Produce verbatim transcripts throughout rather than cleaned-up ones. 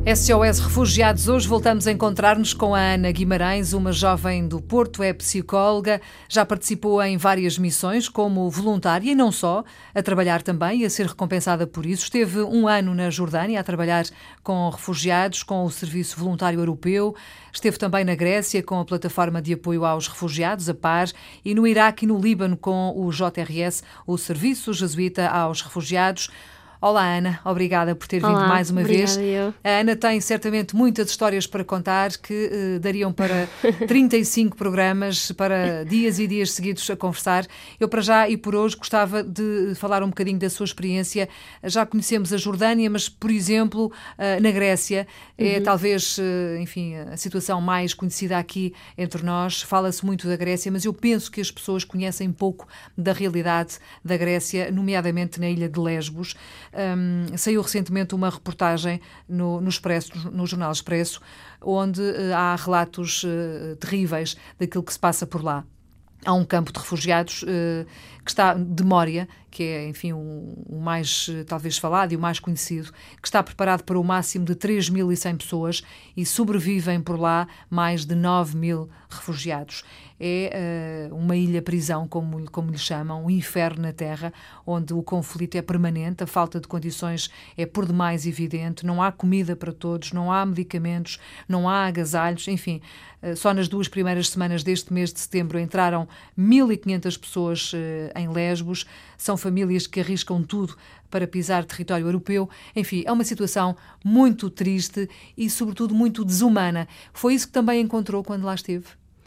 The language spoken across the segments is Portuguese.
S O S Refugiados, hoje voltamos a encontrar-nos com a Ana Guimarães, uma jovem do Porto, é psicóloga, já participou em várias missões como voluntária e não só, a trabalhar também e a ser recompensada por isso. Esteve um ano na Jordânia a trabalhar com refugiados, com o Serviço Voluntário Europeu, esteve também na Grécia com a Plataforma de Apoio aos Refugiados, a P A R, e no Iraque e no Líbano com o J R S, o Serviço Jesuíta aos Refugiados. Olá, Ana, obrigada por ter Olá, vindo mais uma vez. Eu. A Ana tem certamente muitas histórias para contar que uh, dariam para trinta e cinco programas, para dias e dias seguidos a conversar. Eu, para já e por hoje, gostava de falar um bocadinho da sua experiência. Já conhecemos a Jordânia, mas, por exemplo, uh, na Grécia, uhum. é talvez, uh, enfim, a situação mais conhecida aqui entre nós. Fala-se muito da Grécia, mas eu penso que as pessoas conhecem pouco da realidade da Grécia, nomeadamente na ilha de Lesbos. Um, saiu recentemente uma reportagem no, no Expresso, no Jornal Expresso, onde uh, há relatos uh, terríveis daquilo que se passa por lá. Há um campo de refugiados uh, que está de Mória, que é, enfim, o, o mais, uh, talvez, falado e o mais conhecido, que está preparado para o máximo de três mil e cem pessoas e sobrevivem por lá mais de nove mil refugiados. É uh, uma ilha-prisão, como, como lhe chamam, um inferno na terra, onde o conflito é permanente, a falta de condições é por demais evidente, não há comida para todos, não há medicamentos, não há agasalhos, enfim. Uh, só nas duas primeiras semanas deste mês de setembro entraram mil e quinhentas pessoas uh, em Lesbos, são famílias que arriscam tudo para pisar território europeu. Enfim, é uma situação muito triste e, sobretudo, muito desumana. Foi isso que também encontrou quando lá esteve?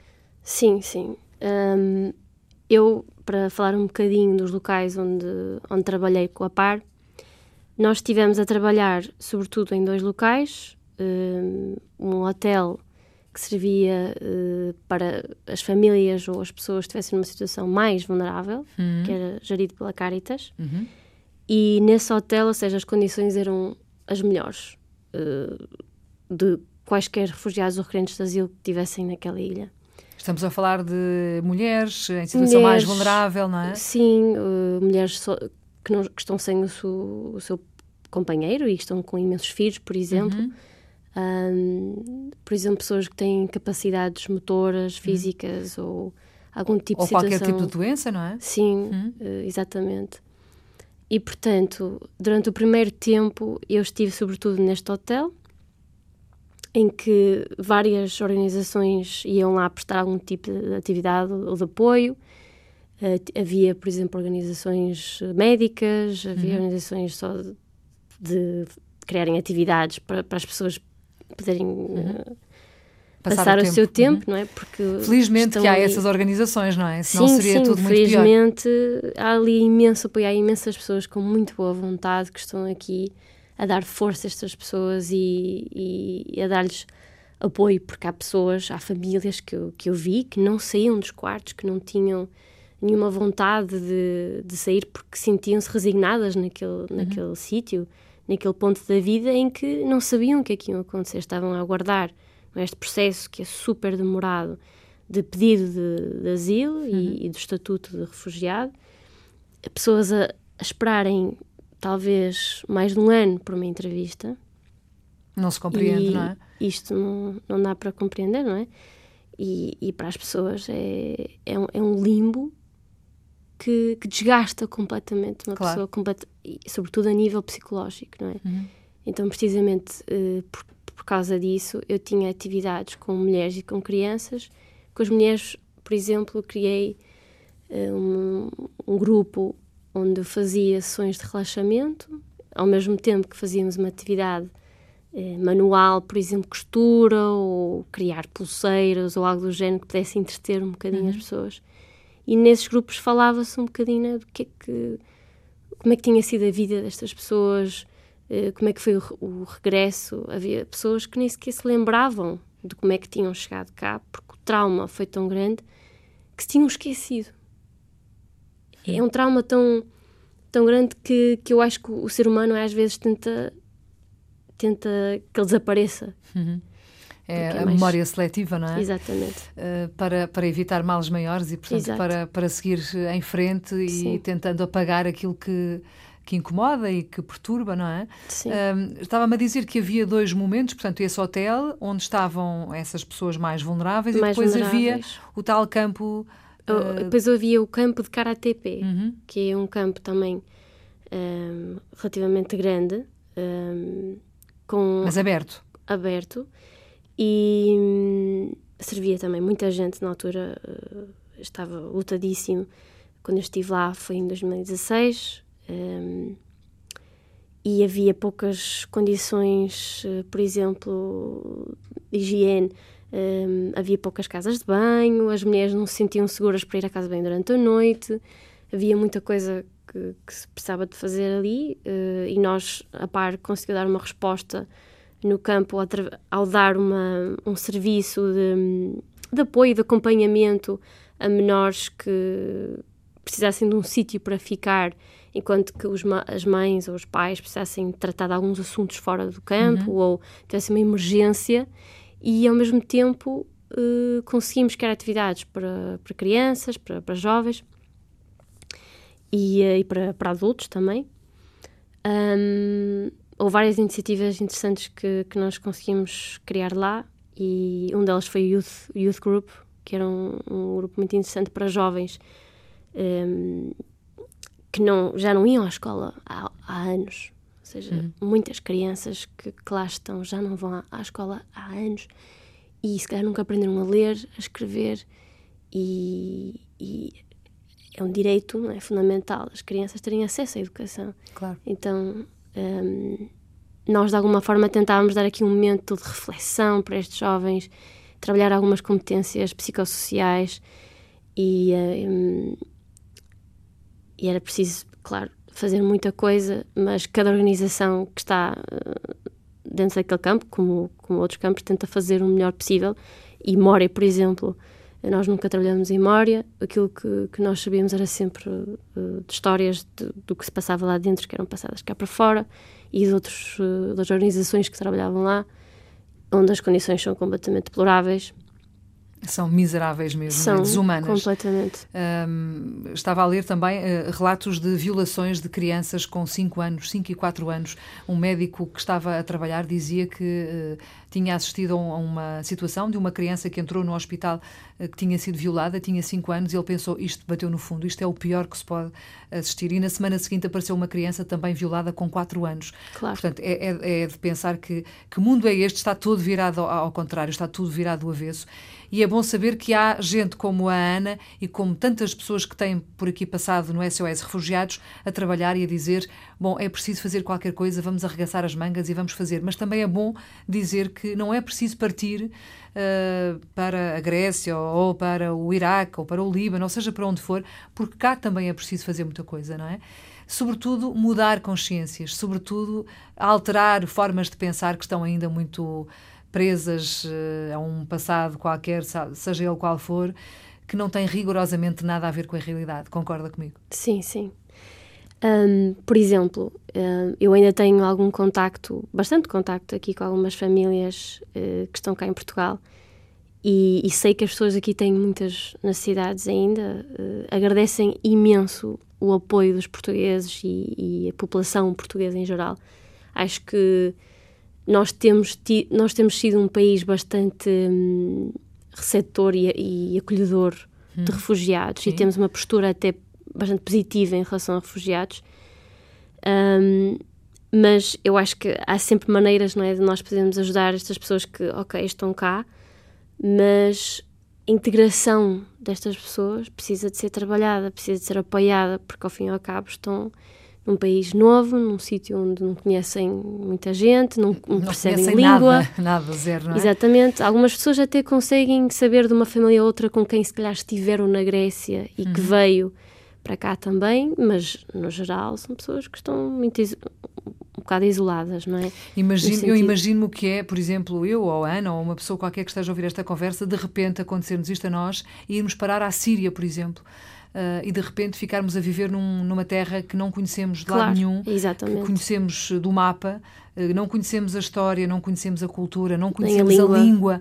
Sim, sim. Um, eu, para falar um bocadinho dos locais onde, onde trabalhei com a P A R, nós estivemos a trabalhar sobretudo em dois locais. Um, um hotel que servia uh, para as famílias ou as pessoas que estivessem numa situação mais vulnerável, uhum. que era gerido pela Caritas. Uhum. E nesse hotel, ou seja, as condições eram as melhores uh, de quaisquer refugiados ou requerentes de asilo que estivessem naquela ilha. Estamos a falar de mulheres em situação mulheres, mais vulnerável, não é? Sim, uh, mulheres so, que, não, que estão sem o seu, o seu companheiro e que estão com imensos filhos, por exemplo. Uhum. Um, por exemplo, pessoas que têm capacidades motoras, físicas uhum. ou algum tipo ou de situação. Ou qualquer tipo de doença, não é? Sim, uhum. uh, exatamente. E, portanto, durante o primeiro tempo eu estive sobretudo neste hotel, em que várias organizações iam lá prestar algum tipo de atividade ou de apoio. Uh, havia, por exemplo, organizações médicas, havia uhum. organizações só de, de criarem atividades para, para as pessoas poderem uhum. uh, passar, passar o, o tempo. seu tempo, uhum. não é? Porque felizmente que há ali... essas organizações, não é? Senão sim, seria sim, tudo muito felizmente pior. Há ali imenso apoio, há imensas pessoas com muito boa vontade que estão aqui a dar força a estas pessoas e, e, e a dar-lhes apoio, porque há pessoas, há famílias que eu, que eu vi que não saíam dos quartos, que não tinham nenhuma vontade de, de sair porque sentiam-se resignadas naquele, uhum. naquele sítio, naquele ponto da vida em que não sabiam o que é que ia acontecer, estavam a aguardar este processo que é super demorado de pedido de, de asilo uhum. e, e do estatuto de refugiado, pessoas a, a esperarem talvez mais de um ano por uma entrevista. Não se compreende, e não é? Isto não, não dá para compreender, não é? E, e para as pessoas é, é, um, é um limbo que, que desgasta completamente uma claro. pessoa, completa, e, sobretudo a nível psicológico, não é? Uhum. Então, precisamente uh, por, por causa disso, eu tinha atividades com mulheres e com crianças. Com as mulheres, por exemplo, criei uh, um, um grupo onde eu fazia sessões de relaxamento, ao mesmo tempo que fazíamos uma atividade eh, manual, por exemplo, costura, ou criar pulseiras, ou algo do género que pudesse entreter um bocadinho uhum. as pessoas. E nesses grupos falava-se um bocadinho, né, do que é que, como é que tinha sido a vida destas pessoas, eh, como é que foi o, o regresso. Havia pessoas que nem sequer se lembravam de como é que tinham chegado cá, porque o trauma foi tão grande que se tinham esquecido. É um trauma tão, tão grande que, que eu acho que o ser humano às vezes tenta, tenta que ele desapareça. Uhum. É, é a mais... memória seletiva, não é? Exatamente. Uh, para, para evitar males maiores e, portanto, para, para seguir em frente e Sim. tentando apagar aquilo que, que incomoda e que perturba, não é? Sim. Um, estava-me a dizer que havia dois momentos, portanto, esse hotel onde estavam essas pessoas mais vulneráveis mais e depois vulneráveis. havia o tal campo... Uh... Depois havia o campo de Karatepe, uhum. que é um campo também um, relativamente grande, um, com... mas aberto. Aberto. E um, servia também muita gente na altura, uh, estava lotadíssimo. Quando eu estive lá foi em dois mil e dezasseis, um, e havia poucas condições, uh, por exemplo, de higiene. Um, havia poucas casas de banho, as mulheres não se sentiam seguras para ir à casa de banho durante a noite, havia muita coisa que, que se precisava de fazer ali, uh, e nós, a par, conseguiu dar uma resposta no campo ao, ao dar uma, um serviço de, de apoio e de acompanhamento a menores que precisassem de um sítio para ficar, enquanto que os, as mães ou os pais precisassem tratar de alguns assuntos fora do campo, uhum. ou tivessem uma emergência. E, ao mesmo tempo, uh, conseguimos criar atividades para, para crianças, para, para jovens e, uh, e para, para adultos também. Um, houve várias iniciativas interessantes que, que nós conseguimos criar lá, e um delas foi o Youth, Youth Group, que era um, um grupo muito interessante para jovens um, que não, já não iam à escola há, há anos. Ou seja, uhum. muitas crianças que, que lá estão já não vão à, à escola há anos e se calhar nunca aprenderam a ler, a escrever, e, e é um direito, não é, fundamental as crianças terem acesso à educação. Claro. Então, um, nós de alguma forma tentávamos dar aqui um momento de reflexão para estes jovens, trabalhar algumas competências psicossociais, e, um, e era preciso, claro, fazer muita coisa, mas cada organização que está uh, dentro daquele campo, como, como outros campos, tenta fazer o melhor possível. E Moria, por exemplo, nós nunca trabalhamos em Moria, aquilo que, que nós sabíamos era sempre uh, de histórias de, do que se passava lá dentro, que eram passadas cá para fora, e de outros, uh, das organizações que trabalhavam lá, onde as condições são completamente deploráveis. São miseráveis mesmo, São, é? Desumanas. Completamente. Um, estava a ler também uh, relatos de violações de crianças com cinco anos, cinco e quatro anos. Um médico que estava a trabalhar dizia que uh, tinha assistido a uma situação de uma criança que entrou no hospital uh, que tinha sido violada, tinha cinco anos, e ele pensou, isto bateu no fundo, isto é o pior que se pode assistir. E na semana seguinte apareceu uma criança também violada com quatro anos. Claro. Portanto, é, é, é de pensar que que mundo é este, está todo virado ao, ao contrário, está tudo virado do avesso. E é bom saber que há gente como a Ana e como tantas pessoas que têm por aqui passado no S O S Refugiados a trabalhar e a dizer, bom, é preciso fazer qualquer coisa, vamos arregaçar as mangas e vamos fazer. Mas também é bom dizer que não é preciso partir uh, para a Grécia ou, ou para o Iraque ou para o Líbano, ou seja, para onde for, porque cá também é preciso fazer muita coisa, não é? Sobretudo mudar consciências, sobretudo alterar formas de pensar que estão ainda muito presas uh, a um passado qualquer, seja ele qual for, que não tem rigorosamente nada a ver com a realidade. Concorda comigo? Sim, sim. Um, por exemplo, um, eu ainda tenho algum contacto, bastante contacto aqui com algumas famílias uh, que estão cá em Portugal, e, e sei que as pessoas aqui têm muitas necessidades ainda, uh, agradecem imenso o apoio dos portugueses e, e a população portuguesa em geral. Acho que Nós temos, ti, nós temos sido um país bastante hum, receptor e, e acolhedor hum. de refugiados. Sim. E temos uma postura até bastante positiva em relação a refugiados. Um, mas eu acho que há sempre maneiras, não é, de nós podermos ajudar estas pessoas que, ok, estão cá, mas a integração destas pessoas precisa de ser trabalhada, precisa de ser apoiada, porque ao fim e ao cabo estão num país novo, num sítio onde não conhecem muita gente, não, não, não percebem a língua. Nada, nada, zero, não é? Exatamente. Algumas pessoas até conseguem saber de uma família ou outra com quem se calhar estiveram na Grécia e uhum. que veio para cá também, mas no geral são pessoas que estão muito um bocado isoladas, não é? Imagino, eu imagino o que é, por exemplo, eu ou a Ana ou uma pessoa qualquer que esteja a ouvir esta conversa, de repente acontecer-nos isto a nós e irmos parar à Síria, por exemplo. Uh, e de repente ficarmos a viver num, numa terra que não conhecemos de claro, lado nenhum, exatamente. Que conhecemos do mapa, uh, não conhecemos a história, não conhecemos a cultura, não conhecemos a língua. a língua,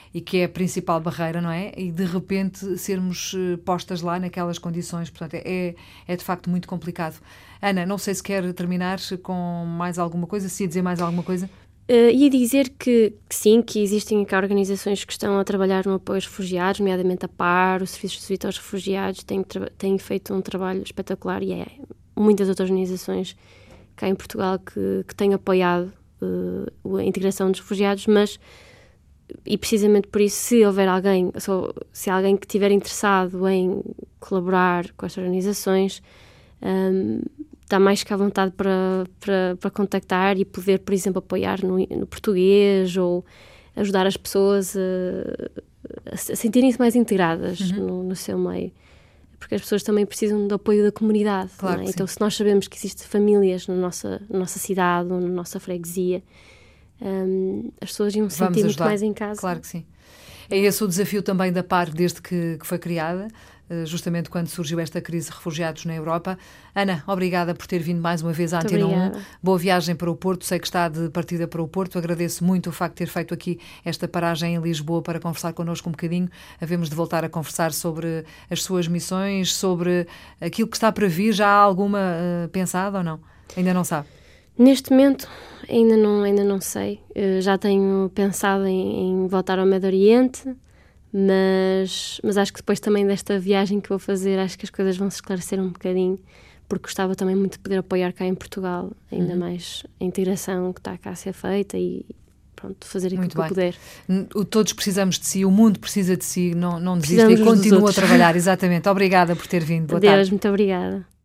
e que é a principal barreira, não é? E de repente sermos postas lá naquelas condições, portanto é, é de facto muito complicado. Ana, não sei se quer terminar com mais alguma coisa, se ia dizer mais alguma coisa. Uh, ia dizer que, que sim, que existem cá organizações que estão a trabalhar no apoio aos refugiados, nomeadamente a PAR, o Serviço de Visita aos Refugiados, têm, têm feito um trabalho espetacular e é muitas outras organizações cá em Portugal que, que têm apoiado uh, a integração dos refugiados, mas, e precisamente por isso, se houver alguém, se há alguém que estiver interessado em colaborar com estas organizações, um, está mais que à vontade para, para, para contactar e poder, por exemplo, apoiar no, no português ou ajudar as pessoas a, a sentirem-se mais integradas uhum. no, no seu meio. Porque as pessoas também precisam do apoio da comunidade. Claro, não é? Então, se nós sabemos que existem famílias na nossa, na nossa cidade ou na nossa freguesia, um, as pessoas iam se sentir muito mais em casa. Claro que sim. É esse o desafio também da PAR desde que, que foi criada, justamente quando surgiu esta crise de refugiados na Europa. Ana, obrigada por ter vindo mais uma vez à Antena um. Boa viagem para o Porto. Sei que está de partida para o Porto. Agradeço muito o facto de ter feito aqui esta paragem em Lisboa para conversar connosco um bocadinho. Havemos de voltar a conversar sobre as suas missões, sobre aquilo que está para vir. Já há alguma uh, pensada ou não? Ainda não sabe? Neste momento ainda não, ainda não sei. Eu já tenho pensado em, em voltar ao Médio Oriente, mas, mas acho que depois também desta viagem que vou fazer, acho que as coisas vão se esclarecer um bocadinho, porque gostava também muito de poder apoiar cá em Portugal, ainda uhum. mais a integração que está cá a ser feita e pronto, fazer aquilo muito que eu puder. Todos precisamos de si, o mundo precisa de si, não, não desista e continua a trabalhar. Exatamente. Obrigada por ter vindo. Boa Deus, tarde. Muito obrigada.